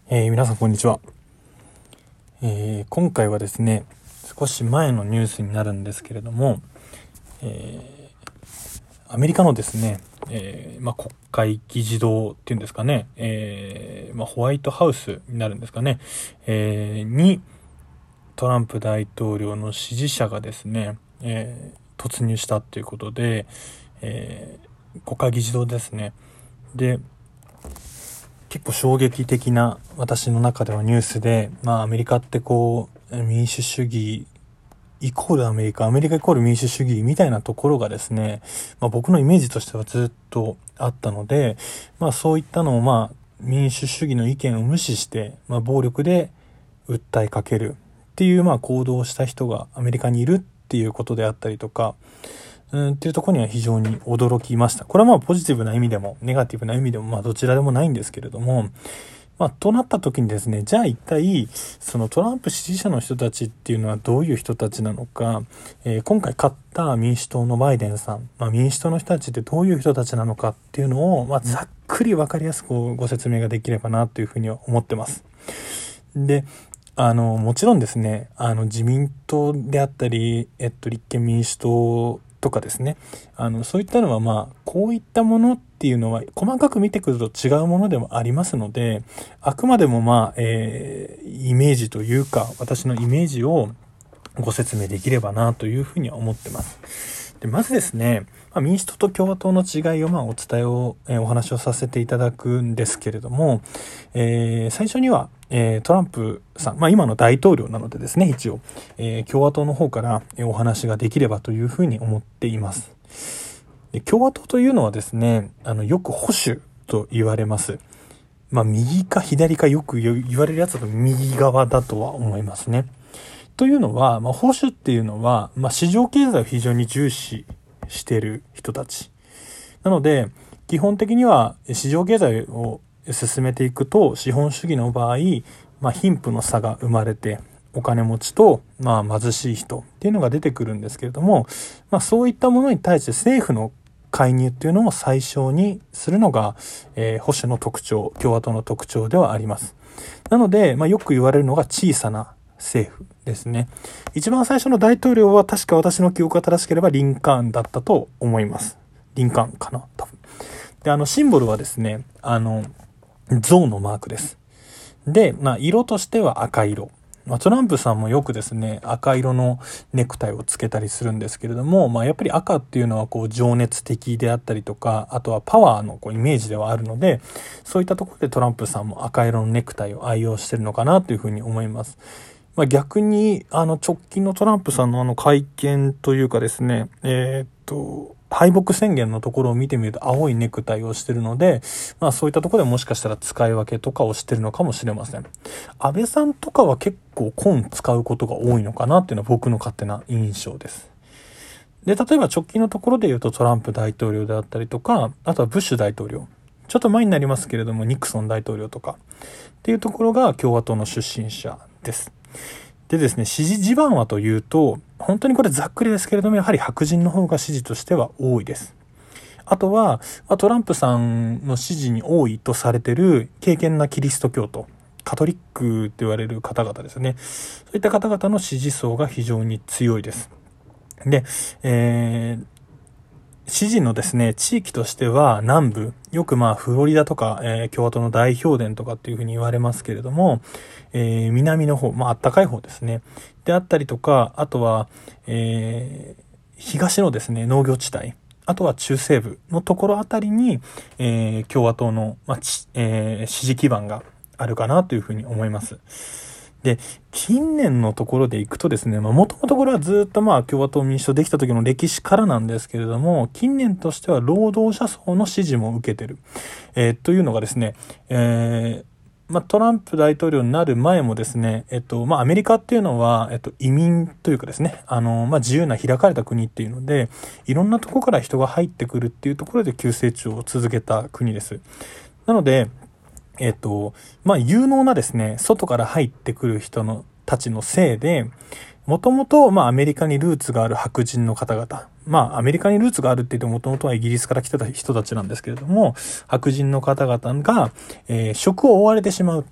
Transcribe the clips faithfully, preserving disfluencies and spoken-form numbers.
えー、皆さんこんにちは、えー、今回はですね少し前のニュースになるんですけれども、えー、アメリカのですね、えーまあ、国会議事堂っていうんですかね、えーまあ、ホワイトハウスになるんですかね、えー、にトランプ大統領の支持者がですね、えー、突入したということで、えー、国会議事堂ですね。で結構衝撃的な私の中ではニュースで、まあアメリカってこう民主主義イコールアメリカ、アメリカイコール民主主義みたいなところがですね、まあ僕のイメージとしてはずっとあったので、まあそういったのをまあ民主主義の意見を無視して、まあ暴力で訴えかけるっていうまあ行動をした人がアメリカにいるっていうことであったりとか、うんっていうところには非常に驚きました。これはまあポジティブな意味でもネガティブな意味でもまあどちらでもないんですけれども、まあとなった時にですね、じゃあ一体そのトランプ支持者の人たちっていうのはどういう人たちなのか、えー、今回勝った民主党のバイデンさん、まあ、民主党の人たちってどういう人たちなのかっていうのをまあざっくり分かりやすくご説明ができればなというふうには思ってます。で、あのもちろんですね、あの自民党であったり、えっと立憲民主党とかですね、あのそういったのはまあこういったものっていうのは細かく見てくると違うものでもありますので、あくまでもまあ、えー、イメージというか私のイメージをご説明できればなというふうには思ってます。でまずですね、まあ、民主党と共和党の違いをまあお伝えを、えー、お話をさせていただくんですけれども、えー、最初には、えー、トランプさん、まあ今の大統領なのでですね、一応、えー、共和党の方から、えー、お話ができればというふうに思っています。で共和党というのはですね、あのよく保守と言われます。まあ右か左かよく言われるやつだと右側だとは思いますね。というのは、まあ、保守っていうのは、まあ、市場経済を非常に重視している人たち。なので、基本的には市場経済を進めていくと、資本主義の場合、まあ、貧富の差が生まれて、お金持ちと、まあ、貧しい人っていうのが出てくるんですけれども、まあ、そういったものに対して政府の介入っていうのを最小にするのが、えー、保守の特徴、共和党の特徴ではあります。なので、まあ、よく言われるのが小さな政府ですね。一番最初の大統領は確か私の記憶が正しければリンカーンだったと思います。リンカーンかな多分。で、あの、シンボルはですね、あの、象のマークです。で、まあ、色としては赤色。まあ、トランプさんもよくですね、赤色のネクタイをつけたりするんですけれども、まあ、やっぱり赤っていうのはこう情熱的であったりとか、あとはパワーのこうイメージではあるので、そういったところでトランプさんも赤色のネクタイを愛用してるのかなというふうに思います。まあ、逆に、あの、直近のトランプさんのあの会見というかですね、えー、っと、敗北宣言のところを見てみると青いネクタイをしてるので、まあそういったところでもしかしたら使い分けとかをしてるのかもしれません。安倍さんとかは結構紺使うことが多いのかなっていうのは僕の勝手な印象です。で、例えば直近のところで言うとトランプ大統領であったりとか、あとはブッシュ大統領。ちょっと前になりますけれども、ニクソン大統領とかっていうところが共和党の出身者です。でですね、支持地盤はというと、本当にこれざっくりですけれども、やはり白人の方が支持としては多いです。あとは、トランプさんの支持に多いとされている敬虔なキリスト教徒、カトリックと言われる方々ですね。そういった方々の支持層が非常に強いです。で、えー、支持のですね、地域としては南部、よくまあフロリダとか、えー、共和党の代表殿とかっていうふうに言われますけれども、えー、南の方、まあ暖かい方ですね。であったりとか、あとは、えー、東のですね、農業地帯、あとは中西部のところあたりに、えー、共和党の、まあちえー、支持基盤があるかなというふうに思います。で、近年のところでいくとですね、まあ、もともとこれはずっとまあ、共和党民主党できた時の歴史からなんですけれども、近年としては労働者層の支持も受けてる。えー、というのがですね、えー、まあ、トランプ大統領になる前もですね、えっと、まあ、アメリカっていうのは、えっと、移民というかですね、あの、まあ、自由な開かれた国っていうので、いろんなところから人が入ってくるっていうところで急成長を続けた国です。なので、えっと、まあ、有能なですね、外から入ってくる人の、たちのせいで、もともと、まあ、アメリカにルーツがある白人の方々。まあ、アメリカにルーツがあるって言ってもともとはイギリスから来てた人たちなんですけれども、白人の方々が、えー、職を追われてしまう。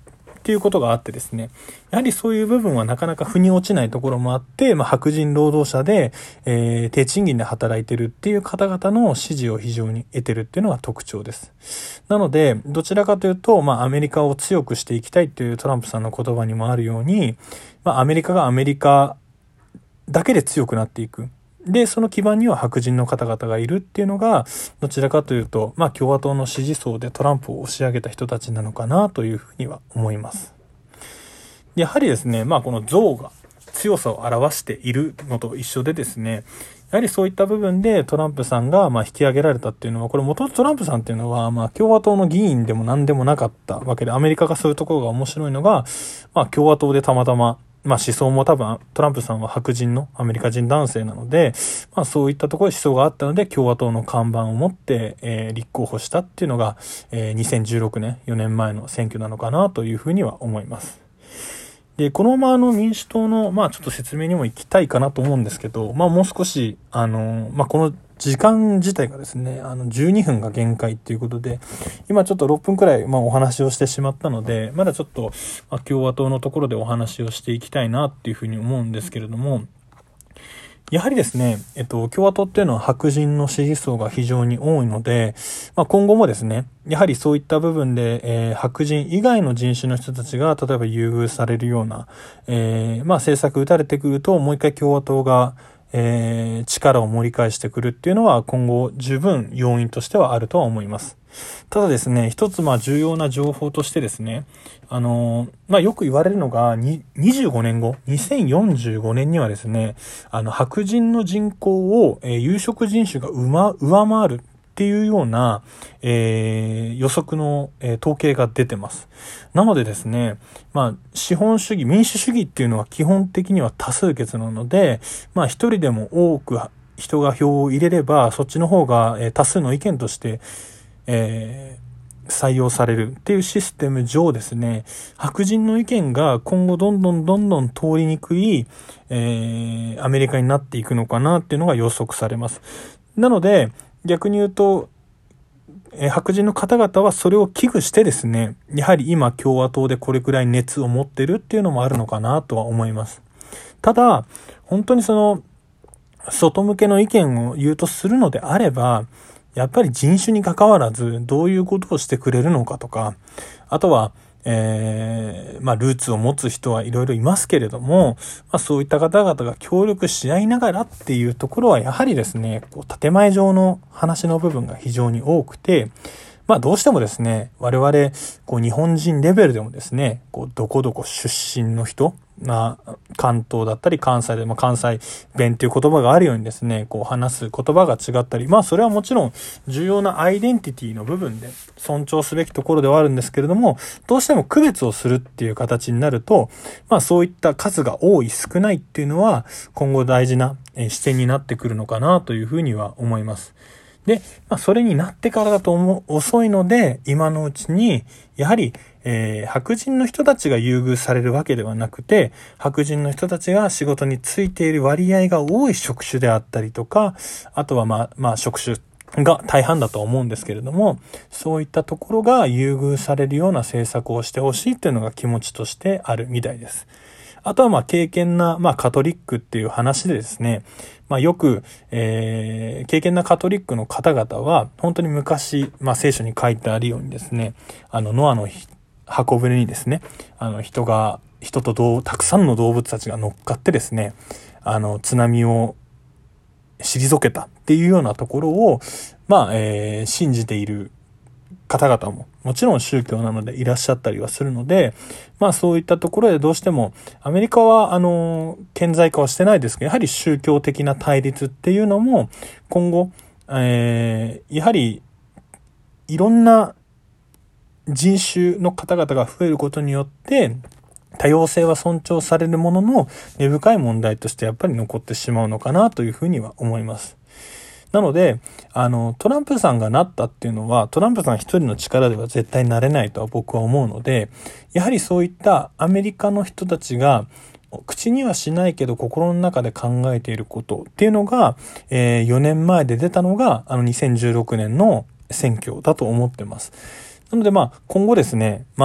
っていうことがあってですね、やはりそういう部分はなかなか腑に落ちないところもあって、まあ、白人労働者で、えー、低賃金で働いてるっていう方々の支持を非常に得てるっていうのが特徴です。なので、どちらかというと、まあ、アメリカを強くしていきたいというトランプさんの言葉にもあるように、まあ、アメリカがアメリカだけで強くなっていく。で、その基盤には白人の方々がいるっていうのが、どちらかというと、まあ共和党の支持層でトランプを押し上げた人たちなのかなというふうには思います。やはりですね、まあこの像が強さを表しているのと一緒でですね、やはりそういった部分でトランプさんがまあ引き上げられたっていうのは、これ元々トランプさんっていうのはまあ共和党の議員でも何でもなかったわけで、アメリカがそういうところが面白いのが、まあ共和党でたまたままあ思想も多分トランプさんは白人のアメリカ人男性なので、まあそういったところで思想があったので共和党の看板を持って、えー、立候補したっていうのが、えー、にせんじゅうろくねん、よねんまえの選挙なのかなというふうには思います。で、このままあの民主党の、まあちょっと説明にも行きたいかなと思うんですけど、まあもう少し、あの、まあこの時間自体がですね、あのじゅうにふんが限界っていうことで、今ちょっとろっぷんくらいまあお話をしてしまったので、まだちょっと、まあ、共和党のところでお話をしていきたいなっていうふうに思うんですけれども、やはりですね、えっと、共和党っていうのは白人の支持層が非常に多いので、まあ、今後もですね、やはりそういった部分で、えー、白人以外の人種の人たちが、例えば優遇されるような、えー、まあ、政策打たれてくると、もう一回共和党が、えー、力を盛り返してくるっていうのは、今後十分要因としてはあるとは思います。ただですね、一つまあ重要な情報としてですね、あのー、まあよく言われるのが、ににじゅうごねんご、にせんよんじゅうごねんにはですね、あの白人の人口を、えー、有色人種が上回るっていうような、えー、予測の、えー、統計が出てます。なのでですね、まあ資本主義、民主主義っていうのは基本的には多数決なので、まあ一人でも多く人が票を入れれば、そっちの方が、えー、多数の意見としてえー、採用されるっていうシステム上ですね、白人の意見が今後どんどんどんどん通りにくい、えー、アメリカになっていくのかなっていうのが予測されます。なので、逆に言うと、えー、白人の方々はそれを危惧してですね、やはり今共和党でこれくらい熱を持ってるっていうのもあるのかなとは思います。ただ、本当にその、外向けの意見を言うとするのであれば、やっぱり人種に関わらずどういうことをしてくれるのかとか、あとは、えー、まあルーツを持つ人はいろいろいますけれども、まあそういった方々が協力し合いながらっていうところはやはりですね、こう建前上の話の部分が非常に多くて、まあどうしてもですね、我々こう日本人レベルでもですね、こうどこどこ出身の人、まあ関東だったり関西でも関西弁っていう言葉があるようにですね、こう話す言葉が違ったり、まあそれはもちろん重要なアイデンティティの部分で尊重すべきところではあるんですけれども、どうしても区別をするっていう形になると、まあそういった数が多い少ないっていうのは今後大事な視点になってくるのかなというふうには思います。で、まあ、それになってからだと思う、遅いので、今のうちに、やはり、えー、白人の人たちが優遇されるわけではなくて、白人の人たちが仕事に就いている割合が多い職種であったりとか、あとはまあ、まあ、職種が大半だと思うんですけれども、そういったところが優遇されるような政策をしてほしいというのが気持ちとしてあるみたいです。あとはまあ敬虔なまあカトリックっていう話でですね、まあよく、えー、敬虔なカトリックの方々は本当に昔、まあ聖書に書いてあるようにですね、あのノアの箱舟にですね、あの人が、人とどうたくさんの動物たちが乗っかってですね、あの津波を退けたっていうようなところを、まあ、えー、信じている方々ももちろん宗教なのでいらっしゃったりはするので、まあそういったところでどうしてもアメリカはあの顕在化はしてないですけど、やはり宗教的な対立っていうのも今後、えー、やはりいろんな人種の方々が増えることによって多様性は尊重されるものの根深い問題としてやっぱり残ってしまうのかなというふうには思います。なので、あの、トランプさんがなったっていうのは、トランプさん一人の力では絶対なれないとは僕は思うので、やはりそういったアメリカの人たちが、口にはしないけど心の中で考えていることっていうのが、えー、よねんまえで出たのが、あのにせんじゅうろくねんの選挙だと思ってます。なのでまあ、今後ですね、まあ、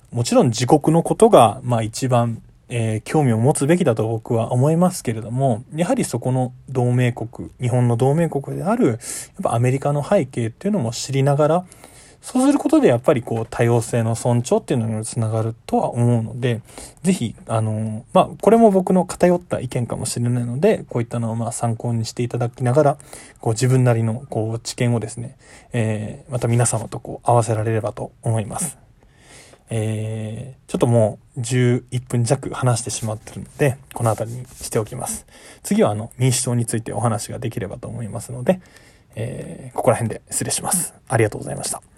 もちろん自国のことが、まあ一番、えー、興味を持つべきだと僕は思いますけれども、やはりそこの同盟国、日本の同盟国である、やっぱアメリカの背景っていうのも知りながら、そうすることでやっぱりこう多様性の尊重っていうのにつながるとは思うので、ぜひ、あの、まあ、これも僕の偏った意見かもしれないので、こういったのをまあ参考にしていただきながら、こう自分なりのこう知見をですね、えー、また皆様とこう合わせられればと思います。えー、ちょっともうじゅういっぷん弱話してしまってるので、この辺りにしておきます。次はあの民主党についてお話ができればと思いますので、えー、ここら辺で失礼します。ありがとうございました。